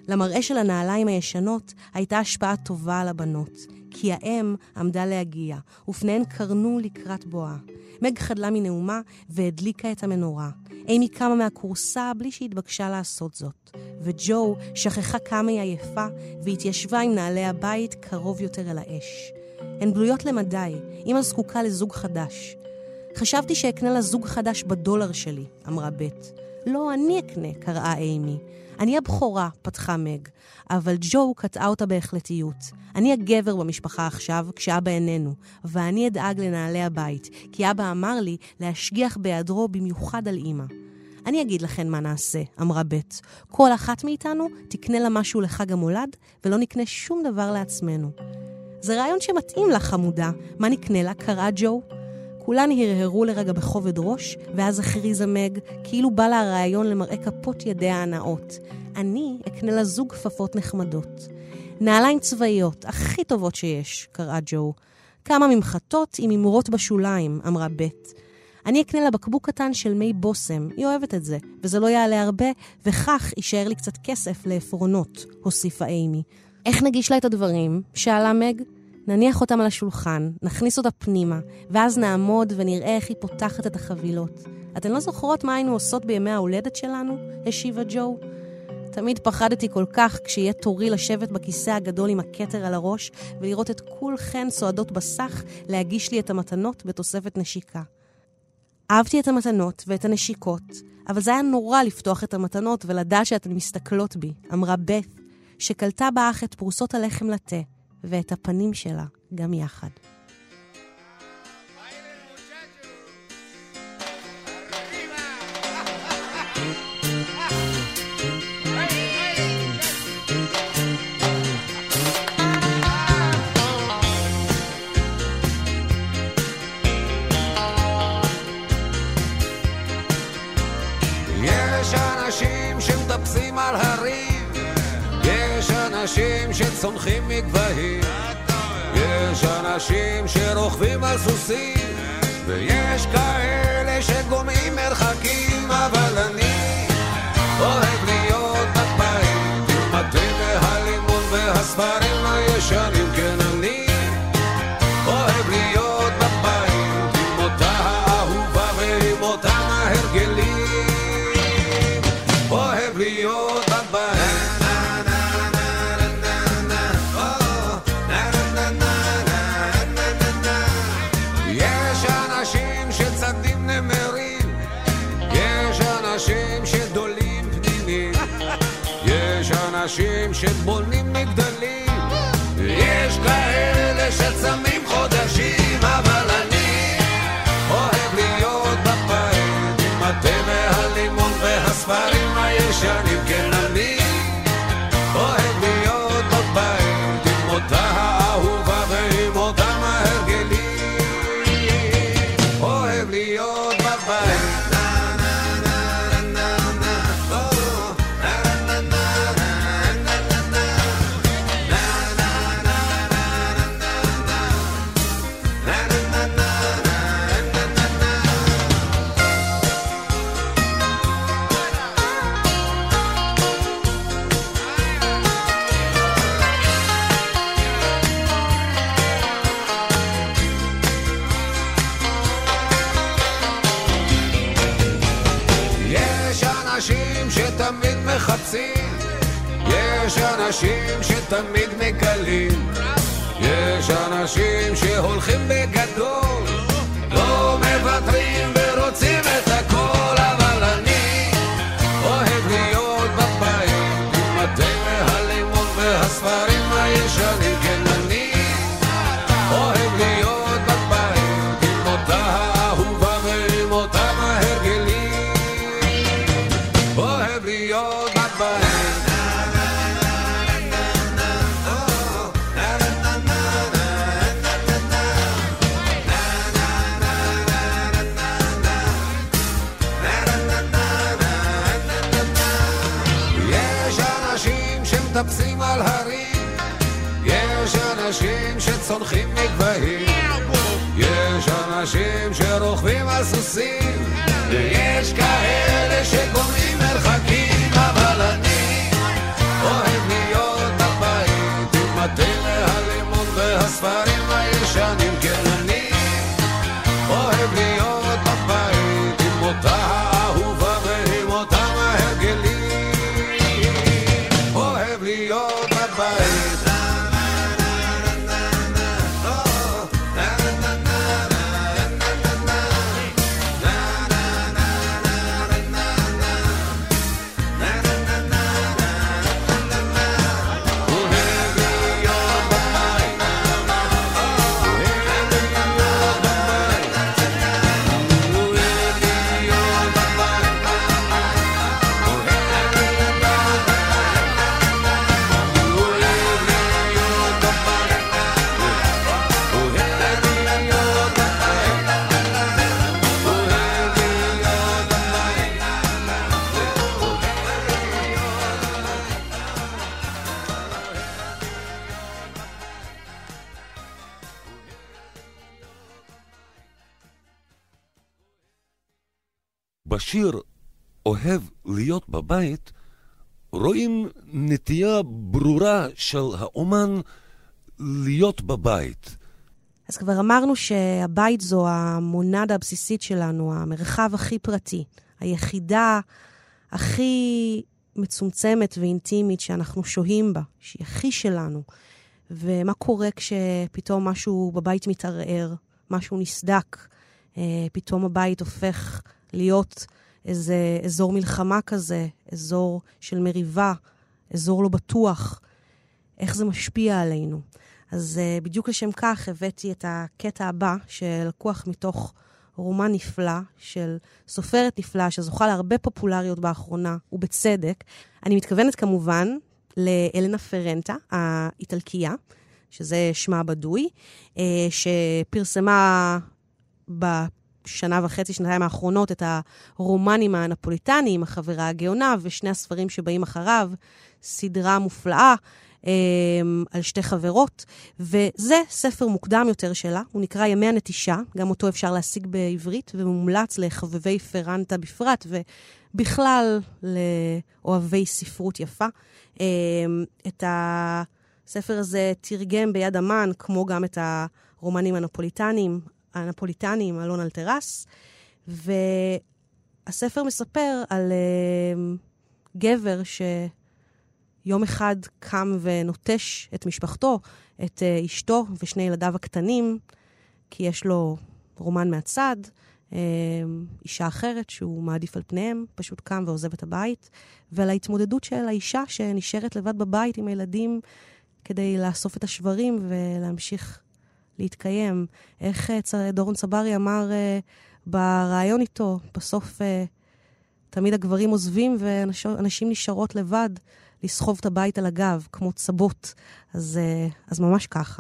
למראה של הנעליים הישנות הייתה השפעה טובה על הבנות, כי האם עמדה להגיע, ופניהן קרנו לקראת בואה. מג חדלה מנאומה והדליקה את המנורה. אימי קמה מהקורסה בלי שהתבקשה לעשות זאת, וג'ו שכחה כמה היא עייפה והתיישבה עם נעלי הבית קרוב יותר אל האש. הן בלויות למדי, אמא זקוקה לזוג חדש. חשבתי שאקנה לה זוג חדש בדולר שלי, אמרה בית. לא, אני אקנה, קראה אימי. אני הבחורה, פתחה מג, אבל ג'ו קטעה אותה בהחלטיות. אני הגבר במשפחה עכשיו, כשאבא איננו, ואני אדאג לנעלי הבית, כי אבא אמר לי להשגיח בהיעדרו במיוחד על אמא. אני אגיד לכן מה נעשה, אמרה בית. כל אחת מאיתנו תקנה לה משהו לחג המולד, ולא נקנה שום דבר לעצמנו. זה רעיון שמתאים לה, חמודה. מה נקנה לה? קראה ג'ו. כולן הרהרו לרגע בכובד ראש, ואז הכריזה מג, כאילו בא לה הרעיון למראה כפות ידיה הנאות. אני אקנה לה זוג כפפות נחמדות. נעליים צבאיות, הכי טובות שיש, קראה ג'ו. כמה ממחטות עם ממורות בשוליים, אמרה בית. אני אקנה לה בקבוק קטן של מי בוסם, היא אוהבת את זה, וזה לא יעלה הרבה, וכך יישאר לי קצת כסף לאפרונות, הוסיפה אימי. איך נגיש לה את הדברים? שאלה מג. נניח אותם על השולחן, נכניס אותה פנימה, ואז נעמוד ונראה איך היא פותחת את החבילות. אתן לא זוכרות מה היינו עושות בימי ההולדת שלנו? השיבה ג'ו. תמיד פחדתי כל כך כשיהיה תורי לשבת בכיסא הגדול עם הכתר על הראש, ולראות את כולכן סועדות בסך להגיש לי את המתנות בתוספת נשיקה. אהבתי את המתנות ואת הנשיקות, אבל זה היה נורא לפתוח את המתנות ולדעת שאתן מסתכלות בי, אמרה בית, שקלטה באח את פרוסות הלחם לתה, ואת הפנים שלה גם יחד. יש אנשים שמטפסים על הרים, יש אנשים שצונחים מגבהים, יש אנשים שרוכבים על סוסים, ויש כאלה שגומעים מרחקים, אבל אני אוהב להיות בבית עם התה והלימון והספרים הישנים. כן, אני אוהב להיות בבית עם אותה האהובה ועם אותם ההרגלים. אוהב להיות בבית. יש אנשים שצדים נמרים, יש אנשים שדולים פנינים, יש אנשים שבונים מגדלים, יש כאלה שצמים חודשים, אבל אני אוהב להיות בבית עם התה והלימון והספרים הישנים. כן, אני אוהב להיות בבית עם אותה האהובה ועם אותם ההרגלים. אוהב להיות בבית. שתמיד מחפשים, יש אנשים שתמיד מגלים, יש אנשים שהולכים בגדול, לא מוותרים ורוצים את הכל, אבל אני אוהב להיות בבית עם התה והלימון והספרים הישנים. כן, אני אוהב להיות בבית עם אותה האהובה ועם אותם ההרגלים. אוהב להיות בבית. יש אנשים שמטפסים על הרים, יש אנשים שצונחים מגבהים, יש אנשים שרוכבים על סוסים, ויש כאלה שגומעים מרחקים, אבל אני אוהב הספרים הישנים, כן אני אוהב להיות בבית עם אותה האהובה ועם אותם ההרגלים, אוהב להיות בבית. בשיר אוהב להיות בבית רואים נטייה ברורה של האומן להיות בבית. אז כבר אמרנו שהבית זו המונדה הבסיסית שלנו, המרחב הכי פרטי, היחידה הכי מצומצמת ואינטימית שאנחנו שוהים בה, שהיא הכי שלנו. ומה קורה כשפתאום משהו בבית מתערער, משהו נסדק, פתאום הבית הופך להיות איזה אזור מלחמה כזה, אזור של מריבה, אזור לא בטוח, איך זה משפיע עלינו. אז uh, בדיוק לשם כך הבאתי את הקטע הבא שלקוח מתוך רומן נפלא של סופרת נפלאה שזוכה להרבה פופולריות באחרונה, ובצדק. אני מתכוונת כמובן לאלנה פרנטה, האיטלקייה, שזה שמה בדוי, uh, שפרסמה בשנה וחצי, שנתיים האחרונות, את הרומנים הנפוליטניים, החברה הגאונה, ושני הספרים שבאים אחריו, סדרה מופלאה, על שתי חברות, וזה ספר מוקדם יותר שלה, הוא נקרא ימי הנטישה, גם אותו אפשר להשיג בעברית, ומומלץ לחובבי פרנטה בפרט, ובכלל לאוהבי ספרות יפה. את הספר הזה תרגם ביד אמן, כמו גם את הרומנים הנפוליטניים, הנפוליטניים, אלון אלטרס, והספר מספר על גבר ש... יום אחד קם ונוטש את משפחתו, את uh, אשתו ושני ילדיו הקטנים, כי יש לו רומן מהצד, uh, אישה אחרת שהוא מעדיף על פניהם, פשוט קם ועוזב את הבית, ועל ההתמודדות של האישה שנשארת לבד בבית עם הילדים, כדי לאסוף את השברים ולהמשיך להתקיים. איך uh, דורון צברי אמר uh, ברעיון איתו, בסוף uh, תמיד הגברים עוזבים ואנשים נשארות לבד, לסחוב את הבית על הגב, כמו צבות. אז, אז ממש ככה.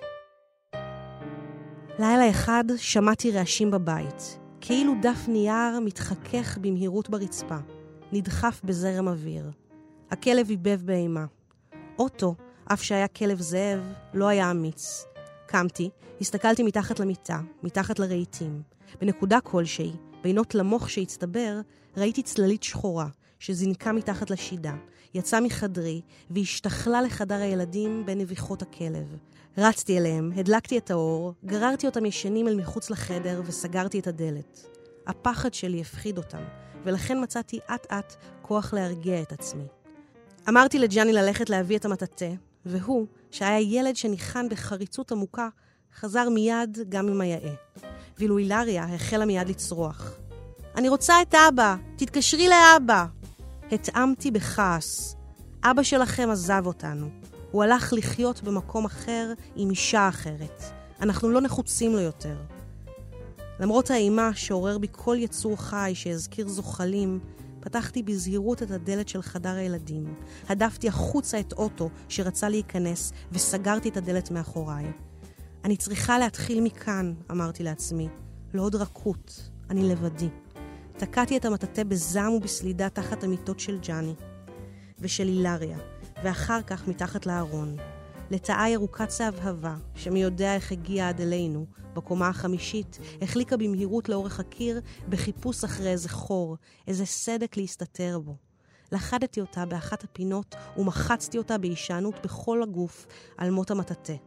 לילה אחד שמעתי רעשים בבית, כאילו דף נייר מתחכך במהירות ברצפה, נדחף בזרם אוויר. הכלב איבב באימה. אוטו, אף שהיה כלב זאב, לא היה אמיץ. קמתי, הסתכלתי מתחת למיטה, מתחת לרהיטים. בנקודה כלשהי, בינות למוח שהצטבר, ראיתי צללית שחורה, שזינקה מתחת לשידה. יצא מחדרי והשתחלה לחדר הילדים בנביחות הכלב. רצתי אליהם, הדלקתי את האור, גררתי אותם ישנים אל מחוץ לחדר וסגרתי את הדלת. הפחד שלי הפחיד אותם, ולכן מצאתי עט-עט כוח להרגיע את עצמי. אמרתי לג'אני ללכת להביא את המטאטה, והוא, שהיה ילד שניחן בחריצות עמוקה, חזר מיד גם עם היאה. ואילו הילריה החלה מיד לצרוח. אני רוצה את אבא, תתקשרי לאבא. התאמתי בכעס. אבא שלכם עזב אותנו. הוא הלך לחיות במקום אחר עם אישה אחרת. אנחנו לא נחוצים לו יותר. למרות האימה שעורר בי כל יצור חי שהזכיר זוחלים, פתחתי בזהירות את הדלת של חדר הילדים. הדפתי החוצה את אוטו שרצה להיכנס וסגרתי את הדלת מאחוריי. אני צריכה להתחיל מכאן, אמרתי לעצמי. לא עוד רכות, אני לבדי. תקעתי את המטאטה בזעם ובסלידה תחת המיטות של ג'אני ושל הילריה, ואחר כך מתחת לארון. לטאה ירוקת צהבהבה, שמי יודע איך הגיעה עד אלינו, בקומה החמישית, החליקה במהירות לאורך הקיר, בחיפוש אחרי איזה חור, איזה סדק להסתתר בו. לחדתי אותה באחת הפינות, ומחצתי אותה בהישענות בכל הגוף על מות המטאטה.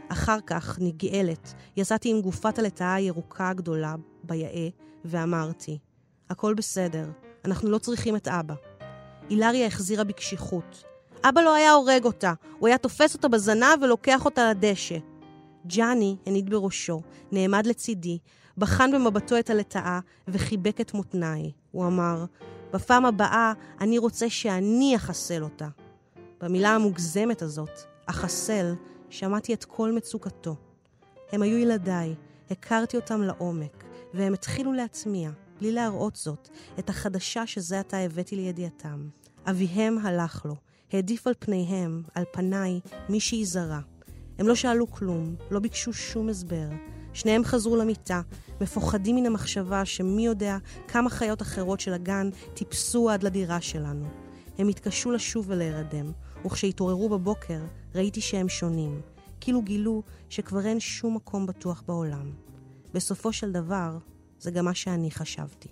אחר כך, נגאלת, יצאתי עם גופת הלטאה הירוקה הגדולה ביאה, ואמרתי, הכל בסדר, אנחנו לא צריכים את אבא. אילריה החזירה בקשיחות. אבא לא היה הורג אותה, הוא היה תופס אותה בזנב ולוקח אותה לדשא. ג'אני הניד בראשו, נעמד לצידי, בחן במבטו את הלטאה וחיבק את מותניי. הוא אמר, בפעם הבאה אני רוצה שאני אחסל אותה. במילה המוגזמת הזאת, אחסל, שמעתי את כל מצוקתו. הם היו ילדיי, הכרתי אותם לעומק, והם התחילו להצמיע, בלי להראות זאת, את החדשה שזה עתה הבאתי לידיעתם. אביהם הלך לו, העדיף על פניהם, על פניי, מישהי זרה. הם לא שאלו כלום, לא ביקשו שום הסבר. שניהם חזרו למיטה, מפוחדים מן המחשבה שמי יודע כמה חיות אחרות של הגן טיפסו עד לדירה שלנו. הם התקשו לשוב ולהירדם, וכשהתעוררו בבוקר ראיתי שהם שונים, כאילו גילו שכבר אין שום מקום בטוח בעולם. בסופו של דבר, זה גם מה שאני חשבתי.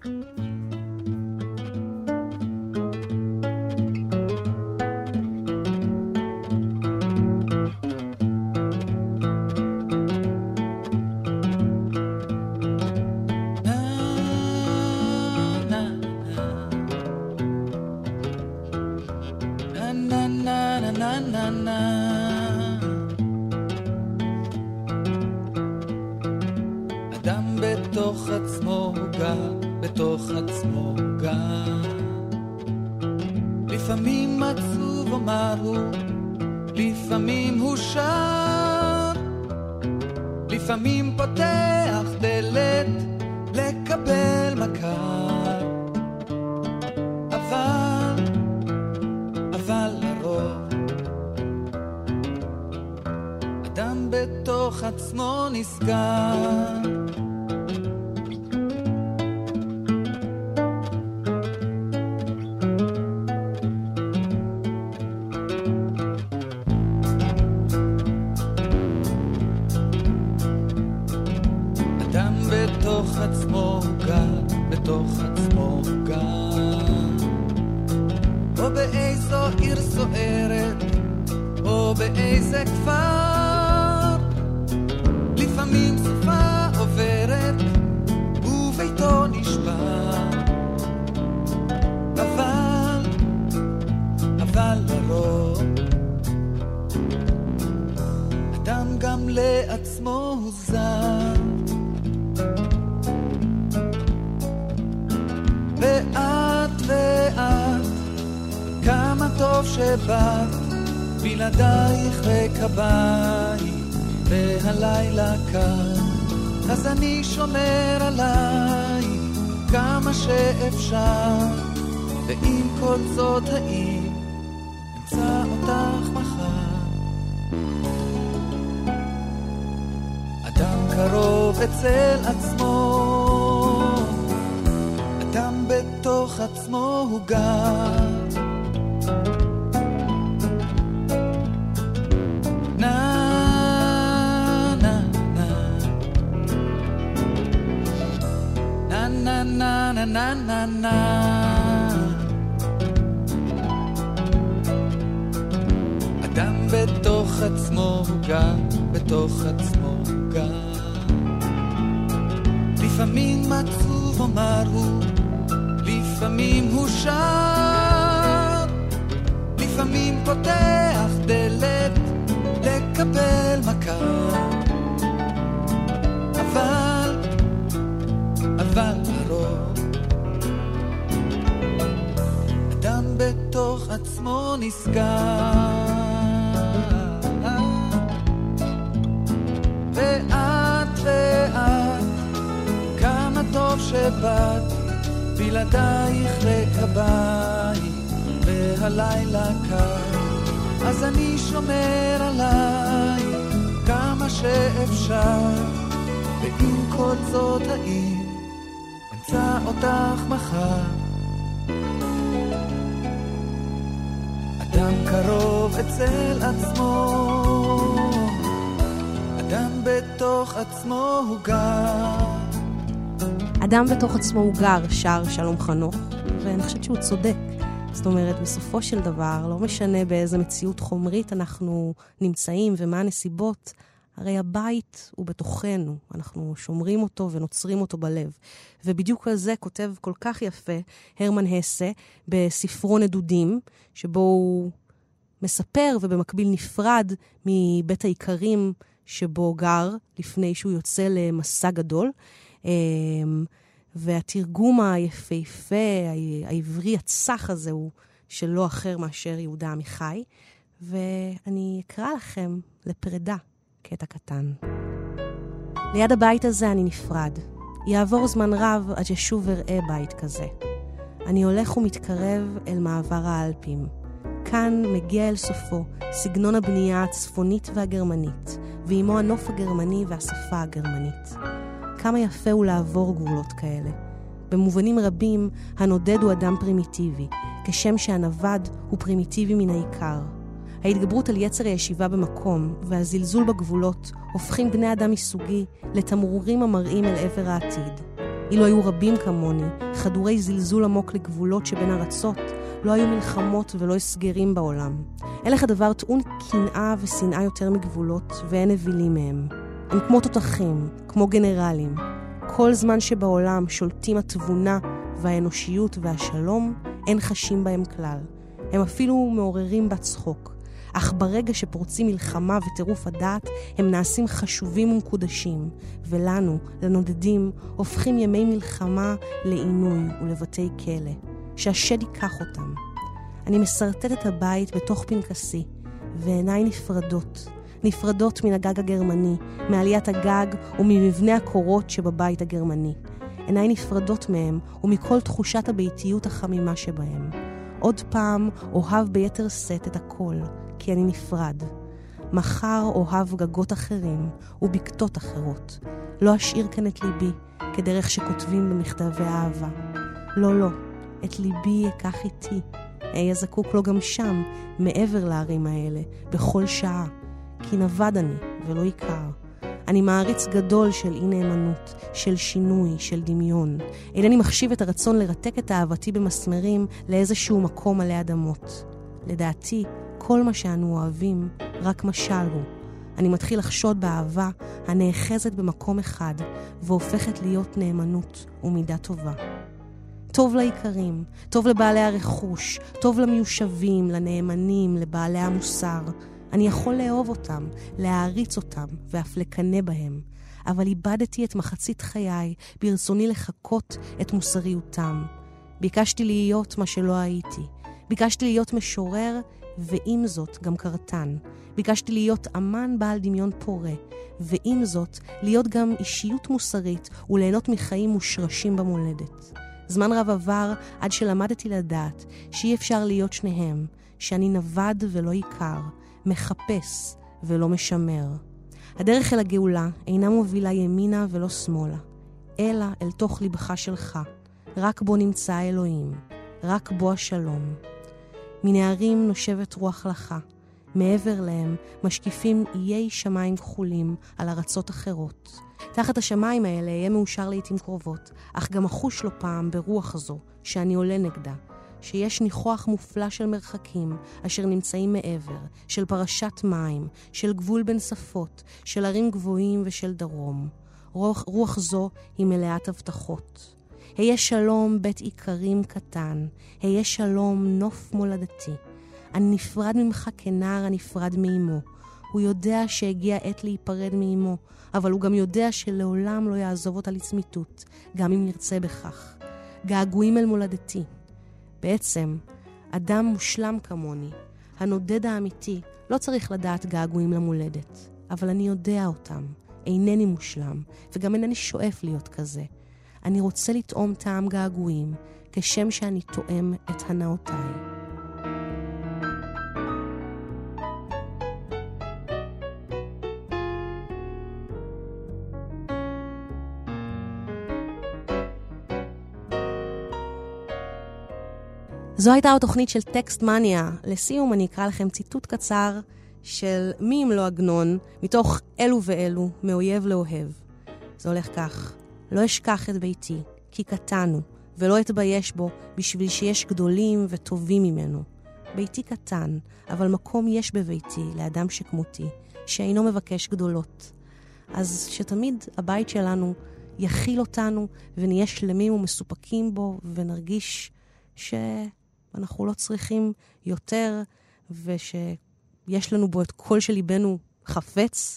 לפעמים עצוב אומר הוא, לפעמים הוא שר, לפעמים פותח דלת לקבל מכר, אבל, אבל לרוב אדם בתוך עצמו נסגר. בלעדייך וקבייך והלילה כאן, אז אני שומר עליי כמה שאפשר, ועם כל זאת האם אמצא אותך מחר. אדם קרוב אצל עצמו, אדם בתוך עצמו הוא גר, na na na na na. אדם בתוך עצמו הוא גר, בתוך עצמו הוא גר. לפעמים עצוב אומר הוא, לפעמים הוא שר, לפעמים פותח דלת לקבל מכר, אבל אבל אדם בתוך עצמו נסגר. ואת ואת כמה טוב שבאת, בלעדייך לקבייך והלילה כאן, אז אני שומר עליי כמה שאפשר, ועם כל זאת האם אמצא אותך מחר. אדם קרוב אצל עצמו, אדם בתוך עצמו הוא גר. אדם בתוך עצמו הוא גר, שר שלום חנוך, ואני חושבת שהוא צודק. זאת אומרת, בסופו של דבר, לא משנה באיזה מציאות חומרית אנחנו נמצאים ומה הנסיבות, הרי הבית הוא בתוכנו, אנחנו שומרים אותו ונוצרים אותו בלב. ובדיוק על זה כותב כל כך יפה הרמן הסה בספרו נדודים, שבו הוא מספר ובמקביל נפרד מבית העיקרים שבו גר לפני שהוא יוצא למסע גדול. והתרגום היפהפה, העברי הצח הזה הוא שלא אחר מאשר יהודה עמיחי. ואני אקרא לכם לפרידה. קטע קטן. ליד הבית הזה אני נפרד. יעבור זמן רב עד ששוב אראה בית כזה. אני הולך ומתקרב אל מעבר האלפים. כאן מגיע אל סופו סגנון הבנייה הצפונית והגרמנית, ועימו הנוף הגרמני והשפה הגרמנית. כמה יפה הוא לעבור גבולות כאלה. במובנים רבים הנודד הוא אדם פרימיטיבי, כשם שהנווד הוא פרימיטיבי מן העיקר. ההתגברות על יצר הישיבה במקום והזלזול בגבולות הופכים בני אדם מסוגי לתמרורים המראים אל עבר העתיד. אילו היו רבים כמוני, חדורי זלזול עמוק לגבולות שבין ארצות, לא היו מלחמות ולא הסגרים בעולם. הלך הדבר טעון קנאה ושנאה יותר מגבולות, ואין נבילים מהם. הם כמו תותחים, כמו גנרלים. כל זמן שבעולם שולטים התבונה והאנושיות והשלום, אין חשים בהם כלל. הם אפילו מעוררים בצחוק. אך ברגע שפורצים מלחמה וטירוף הדעת, הם נעשים חשובים ומקודשים, ולנו, לנודדים, הופכים ימי מלחמה לעינוי ולבתי כלא, שהשד ייקח אותם. אני מסרטט את הבית בתוך פנקסי, ועיניי נפרדות, נפרדות מן הגג הגרמני, מעליית הגג וממבנה הקורות שבבית הגרמני. עיניי נפרדות מהם ומכל תחושת הביתיות החמימה שבהם. עוד פעם אוהב ביתר סט את הכל, כי אני נפרד. מחר אוהב גגות אחרים ובקתות אחרות. לא אשאיר כאן את ליבי, כדרך שכותבים במכתבי אהבה. לא, לא, את ליבי אקח איתי. אהיה זקוק לו גם שם, מעבר לערים האלה, בכל שעה. כי נווד אני, ולא עיקר. אני מעריץ גדול של אי נאמנות, של שינוי, של דמיון. אינני מחשיב את הרצון לרתק את אהבתי במסמרים לאיזשהו מקום עלי אדמות. לדעתי, כל מה שאנו אוהבים, רק משל הוא. אני מתחיל לחשוד באהבה הנאחזת במקום אחד, והופכת להיות נאמנות ומידה טובה. טוב לעיקרים, טוב לבעלי הרכוש, טוב למיושבים, לנאמנים, לבעלי המוסר. אני יכול לאהוב אותם, להעריץ אותם, ואף לקנא בהם. אבל איבדתי את מחצית חיי ברצוני לחכות את מוסריותם. ביקשתי להיות מה שלא הייתי. ביקשתי להיות משורר, ועם זאת גם קרתן. ביקשתי להיות אמן בעל דמיון פורה, ועם זאת להיות גם אישיות מוסרית וליהנות מחיים מושרשים במולדת. זמן רב עבר עד שלמדתי לדעת שאי אפשר להיות שניהם, שאני נווד ולא עיקר, מחפש ולא משמר. הדרך אל הגאולה אינה מובילה ימינה ולא שמאלה, אלא אל תוך ליבך שלך. רק בו נמצא האלוהים, רק בו השלום. מנערים נושבת רוח לך, מעבר להם משקיפים איי שמיים כחולים על ארצות אחרות. תחת השמיים האלה יהיה מאושר לעתים קרובות, אך גם אחוש לא פעם ברוח זו שאני עולה נגדה, שיש ניחוח מופלא של מרחקים אשר נמצאים מעבר, של פרשת מים, של גבול בין שפות, של ערים גבוהים ושל דרום. רוח, רוח זו היא מלאת הבטחות. היה שלום בית עיקרים קטן, היה שלום נוף מולדתי. אני נפרד ממך כנער הנפרד מאמו. הוא יודע שהגיע עת להיפרד מאמו, אבל הוא גם יודע שלעולם לא יעזוב אותה לצמיתות, גם אם נרצה בכך. געגועים אל מולדתי. בעצם, אדם מושלם כמוני, הנודד האמיתי, לא צריך לדעת געגועים למולדת, אבל אני יודע אותם. אינני מושלם, וגם אינני שואף להיות כזה. אני רוצה לטעום טעם געגועים, כשם שאני תואם את הנאותיי. זו הייתה התוכנית של טקסט מניה. לסיום אני אקרא לכם ציטוט קצר של מי אם לא עגנון, מתוך אלו ואלו, מאויב לאוהב. זה הולך כך: לא אשכח את ביתי, כי קטנו, ולא אתבייש בו בשביל שיש גדולים וטובים ממנו. ביתי קטן, אבל מקום יש בביתי לאדם שכמותי, שאינו מבקש גדולות. אז שתמיד הבית שלנו יכיל אותנו ונהיה שלמים ומסופקים בו ונרגיש שאנחנו לא צריכים יותר ושיש לנו בו את כל שליבנו חפץ.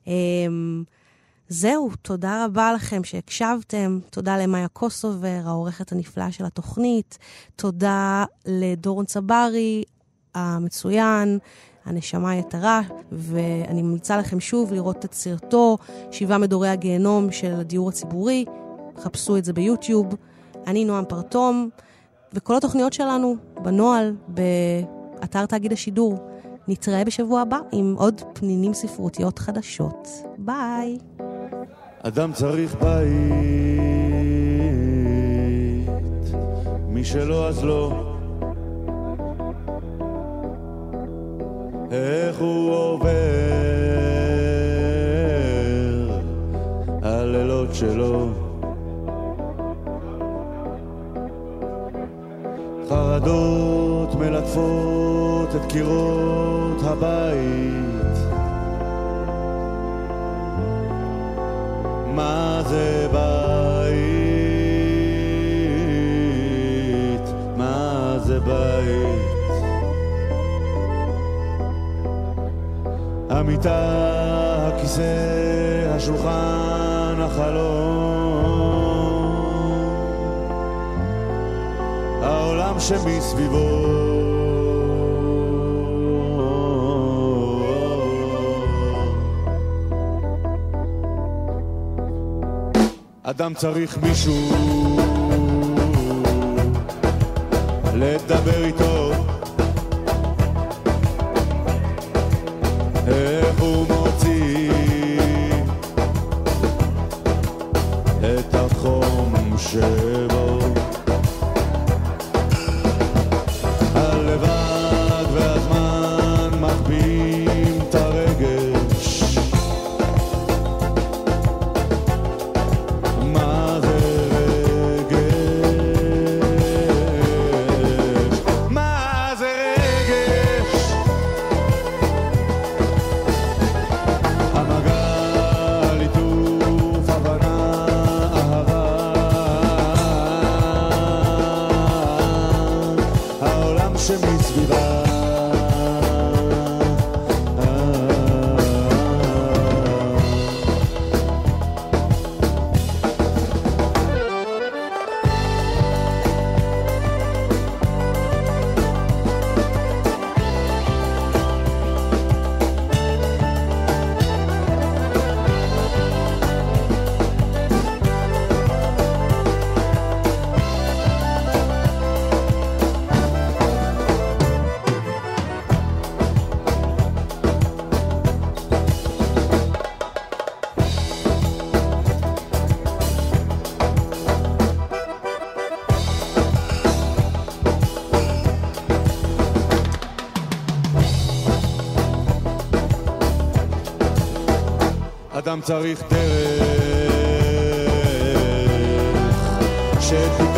זהו, תודה רבה לכם שהקשבתם. תודה למאיה קוסובר, העורכת הנפלאה של התוכנית. תודה לדורון צברי, המצוין, הנשמה היתרה, ואני ממליצה לכם שוב לראות את סרטו שבעה מדורי הגיהנום של הדיור הציבורי. חפשו את זה ביוטיוב. אני נועם פרטום, וכל התוכניות שלנו בנועל, באתר תאגיד השידור. נתראה בשבוע הבא עם עוד פנינים ספרותיות חדשות. ביי. אדם צריך בית, מי שלא אז לא. איך הוא עובר הלילות שלו, חרדות מלטפות את קירות הבית. מה זה בית? מה זה בית? המיטה, הכיסא, השולחן, החלום, העולם שמסביבו. אדם צריך מישהו לדבר איתו, איך הוא מוציא את החום שבו. הלבד והזמן מחביאים את הרגש. מה זה רגש? מה זה רגש? המגע, ליטוף, הבנה, אהבה, העולם שמסביבה. אדם צריך דרך שתהיה